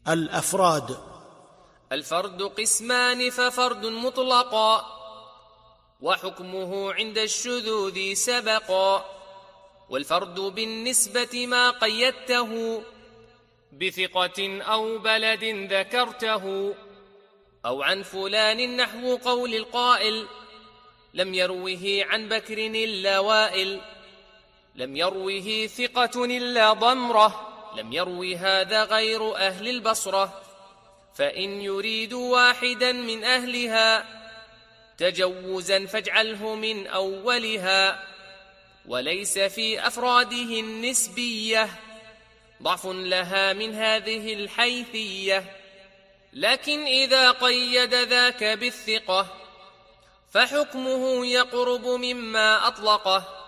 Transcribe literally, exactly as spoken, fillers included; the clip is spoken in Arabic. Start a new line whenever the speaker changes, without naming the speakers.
الأفراد.
الفرد قسمان، ففرد مطلقا وحكمه عند الشذوذ سبقا، والفرد بالنسبة ما قيدته بثقة أو بلد ذكرته، أو عن فلان نحو قول القائل لم يروه عن بكر إلا وائل، لم يروه ثقة إلا ضمرة، لم يروي هذا غير أهل البصرة. فإن يريد واحدا من أهلها تجوزا فاجعله من أولها، وليس في أفراده النسبية ضعف لها من هذه الحيثية. لكن إذا قيد ذاك بالثقة فحكمه يقرب مما أطلقه،